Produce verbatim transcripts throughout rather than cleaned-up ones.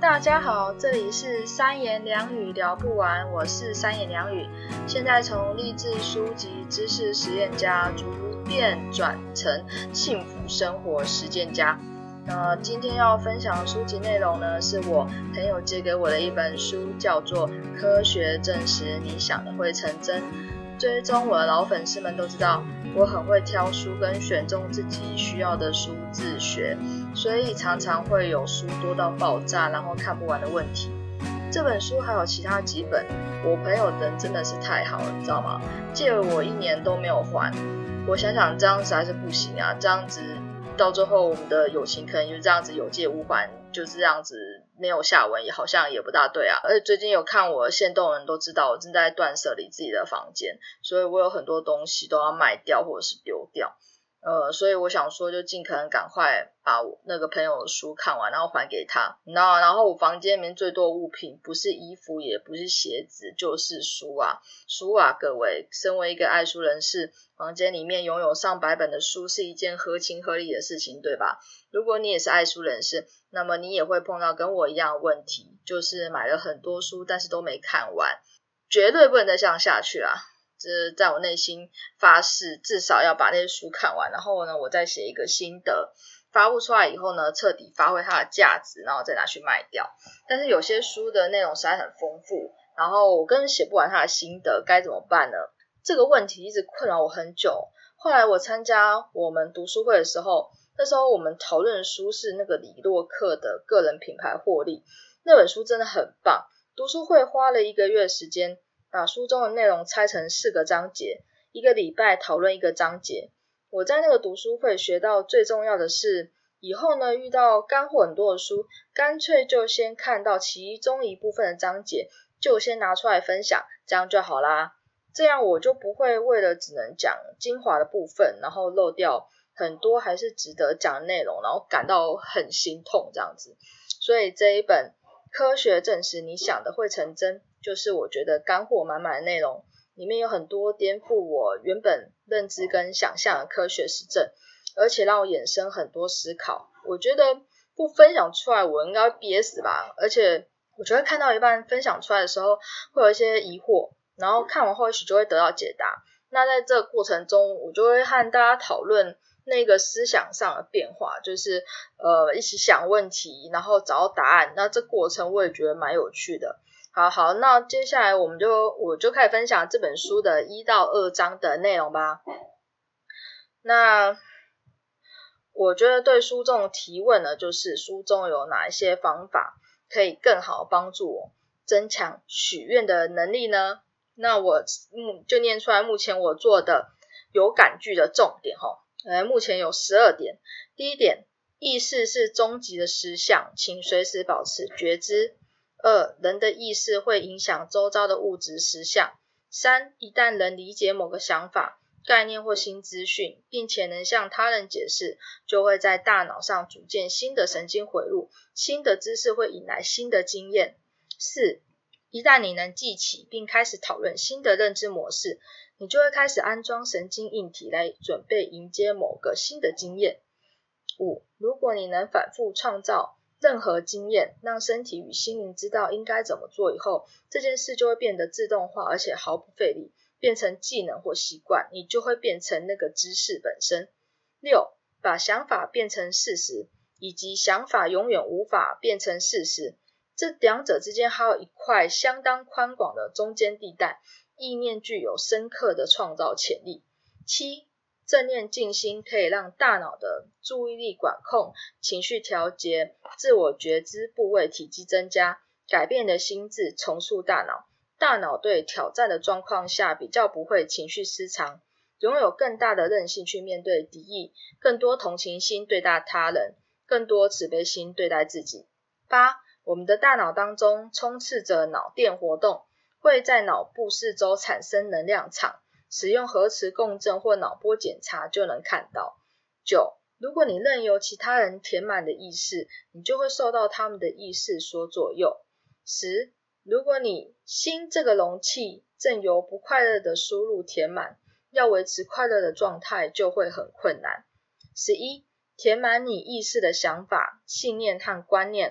大家好，这里是三言两语聊不完，我是三言两语。现在从励志书籍、知识实验家逐渐转成幸福生活实践家。那今天要分享的书籍内容呢，是我朋友借给我的一本书，叫做《科学证实你想的会成真》。追踪我的老粉丝们都知道，我很会挑书跟选中自己需要的书自学，所以常常会有书多到爆炸，然后看不完的问题。这本书还有其他几本，我朋友人真的是太好了，你知道吗？借了我一年都没有还。我想想这样实在是不行啊，这样子到最后我们的友情可能就这样子有借无还，就这样子没有下文，也好像也不大对啊。而且最近有看我的限动的人都知道，我正在断舍离自己的房间，所以我有很多东西都要卖掉或者是丢掉。呃，所以我想说就尽可能赶快把我那个朋友的书看完，然后还给他。然后，然后我房间里面最多的物品不是衣服，也不是鞋子，就是书啊。书啊，各位，身为一个爱书人士，房间里面拥有上百本的书是一件合情合理的事情，对吧？如果你也是爱书人士，那么你也会碰到跟我一样的问题，就是买了很多书，但是都没看完，绝对不能再这样下去啦。这在我内心发誓，至少要把那些书看完，然后呢，我再写一个心得，发布出来以后呢，彻底发挥它的价值，然后再拿去卖掉。但是有些书的内容实在很丰富，然后我根本写不完它的心得，该怎么办呢？这个问题一直困扰我很久。后来我参加我们读书会的时候，那时候我们讨论的书是那个李洛克的个人品牌获利，那本书真的很棒。读书会花了一个月的时间，把书中的内容拆成四个章节，一个礼拜讨论一个章节。我在那个读书会学到最重要的是，以后呢遇到干货很多的书，干脆就先看到其中一部分的章节，就先拿出来分享，这样就好啦。这样我就不会为了只能讲精华的部分，然后漏掉很多还是值得讲的内容，然后感到很心痛这样子。所以这一本科学证实你想的会成真，就是我觉得干货满满的内容，里面有很多颠覆我原本认知跟想象的科学实证，而且让我衍生很多思考。我觉得不分享出来我应该会憋死吧，而且我觉得看到一半分享出来的时候会有一些疑惑，然后看完后也许就会得到解答。那在这个过程中，我就会和大家讨论那个思想上的变化，就是呃一起想问题，然后找到答案。那这过程我也觉得蛮有趣的。好好，那接下来我们就我就开始分享这本书的一到二章的内容吧。那我觉得对书中的提问呢，就是书中有哪一些方法可以更好帮助我增强许愿的能力呢？那我嗯就念出来目前我做的有感句的重点齁。呃，目前有十二点。第一点，意识是终极的实相，请随时保持觉知。二，人的意识会影响周遭的物质实相。三，一旦人理解某个想法、概念或新资讯，并且能向他人解释，就会在大脑上组建新的神经回路，新的知识会引来新的经验。四，一旦你能记起并开始讨论新的认知模式，你就会开始安装神经硬体来准备迎接某个新的经验。五，如果你能反复创造任何经验，让身体与心灵知道应该怎么做以后，这件事就会变得自动化，而且毫不费力，变成技能或习惯，你就会变成那个知识本身。六，把想法变成事实，以及想法永远无法变成事实，这两者之间还有一块相当宽广的中间地带，意念具有深刻的创造潜力。七，正念静心可以让大脑的注意力管控、情绪调节、自我觉知部位体积增加，改变的心智，重塑大脑。大脑对挑战的状况下比较不会情绪失常，拥有更大的韧性去面对敌意，更多同情心对待他人，更多慈悲心对待自己。八，我们的大脑当中充斥着脑电活动，会在脑部四周产生能量场，使用核磁共振或脑波检查就能看到。九，如果你任由其他人填满的意识，你就会受到他们的意识所左右。十，如果你心这个容器正由不快乐的输入填满，要维持快乐的状态就会很困难。十一，填满你意识的想法、信念和观念，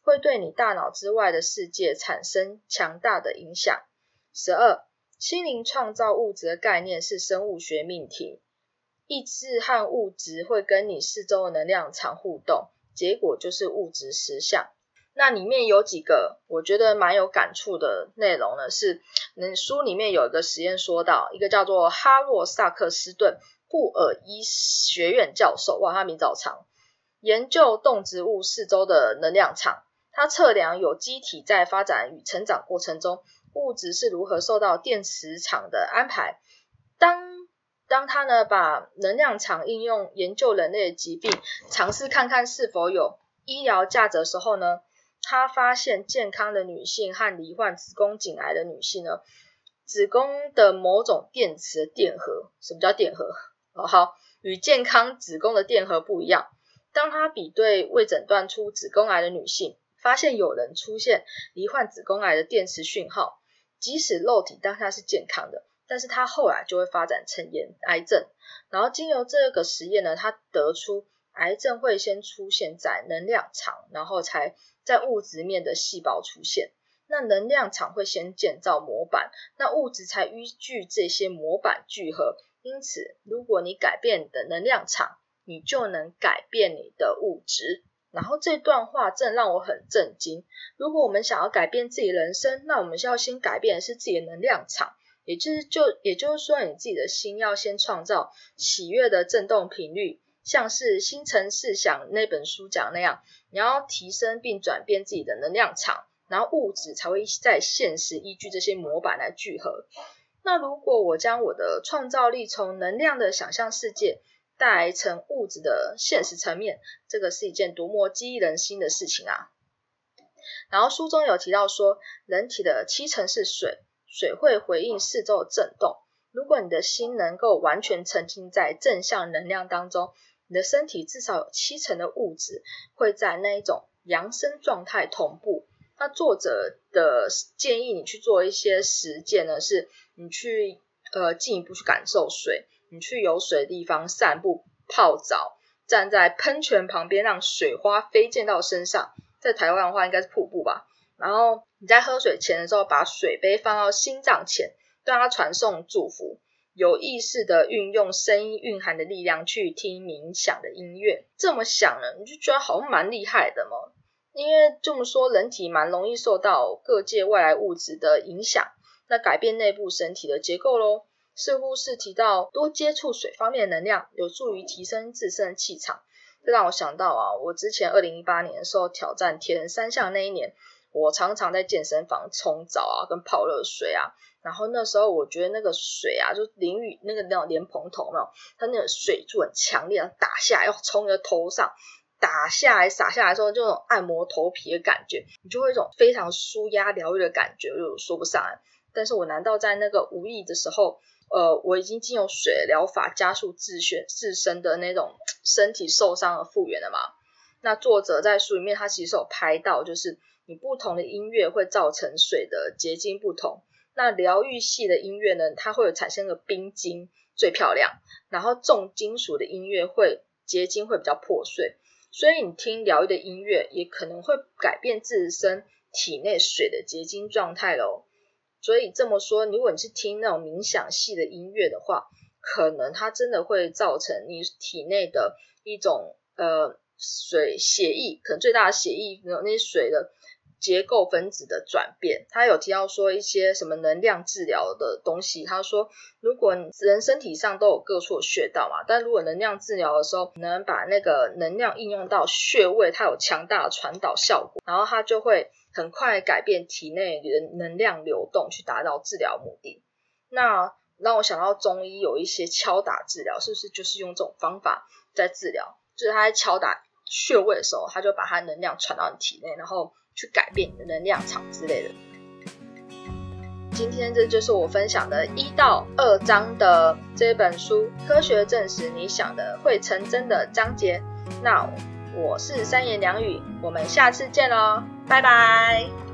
会对你大脑之外的世界产生强大的影响。十二，心灵创造物质的概念是生物学命题，意志和物质会跟你四周的能量场互动，结果就是物质实相。那里面有几个我觉得蛮有感触的内容呢，是书里面有一个实验说到，一个叫做哈洛萨克斯顿布尔医学院教授，哇，他名字好长，研究动植物四周的能量场，他测量有机体在发展与成长过程中物质是如何受到电磁场的安排。当当他呢把能量场应用研究人类的疾病，尝试看看是否有医疗价值的时候呢，他发现健康的女性和罹患子宫颈癌的女性呢，子宫的某种电磁的电荷，什么叫电荷？哦、好，与健康子宫的电荷不一样。当他比对未诊断出子宫癌的女性，发现有人出现罹患子宫癌的电磁讯号，即使肉体当下是健康的，但是他后来就会发展成癌症。然后经由这个实验呢，他得出癌症会先出现在能量场，然后才在物质面的细胞出现。那能量场会先建造模板，那物质才依据这些模板聚合。因此如果你改变你的能量场，你就能改变你的物质。然后这段话真的让我很震惊，如果我们想要改变自己的人生，那我们要先改变的是自己的能量场，也就是就也就是说你自己的心要先创造喜悦的振动频率，像是心诚思想那本书讲那样，你要提升并转变自己的能量场，然后物质才会在现实依据这些模板来聚合。那如果我将我的创造力从能量的想象世界带来成物质的现实层面，这个是一件多么激励人心的事情啊。然后书中有提到说，人体的七成是水，水会回应四周的震动。如果你的心能够完全沉浸在正向能量当中，你的身体至少有七成的物质会在那一种扬升状态同步。那作者的建议你去做一些实践呢，是你去呃进一步去感受水，你去有水的地方散步、泡澡，站在喷泉旁边让水花飞溅到身上，在台湾的话应该是瀑布吧。然后你在喝水前的时候，把水杯放到心脏前，对它传送祝福，有意识的运用声音蕴含的力量去听冥想的音乐。这么想呢，你就觉得好像蛮厉害的嘛。因为这么说，人体蛮容易受到各界外来物质的影响，那改变内部身体的结构咯。似乎是提到多接触水方面的能量，有助于提升自身的气场。这让我想到啊，我之前二零一八年的时候挑战铁人三项那一年，我常常在健身房冲澡啊，跟泡热水啊。然后那时候我觉得那个水啊，就淋雨那个那种莲蓬头有没有，它那个水柱很强烈，打下来要冲你的头上，打下来洒下来的时候，就那种按摩头皮的感觉，你就会有一种非常舒压疗愈的感觉，就说不上来。但是我难道在那个无意的时候，呃，我已经经由水疗法加速自身自身的那种身体受伤的复原了吗？那作者在书里面他其实有拍到，就是你不同的音乐会造成水的结晶不同。那疗愈系的音乐呢，它会有产生个冰晶最漂亮，然后重金属的音乐会结晶会比较破碎。所以你听疗愈的音乐也可能会改变自身体内水的结晶状态咯。所以这么说，如果你是听那种冥想系的音乐的话，可能它真的会造成你体内的一种呃水血液，可能最大的血液那些水的结构分子的转变。他有提到说一些什么能量治疗的东西，他说如果人身体上都有各处的穴道嘛，但如果能量治疗的时候能把那个能量应用到穴位，它有强大的传导效果，然后它就会很快改变体内的能量流动，去达到治疗目的。那让我想到中医有一些敲打治疗，是不是就是用这种方法在治疗，就是他在敲打穴位的时候，他就把它能量传到你体内，然后去改变你的能量场之类的。今天这就是我分享的一到二章的这本书科学证实你想的会成真的章节。那我是三言两语，我们下次见咯，拜拜。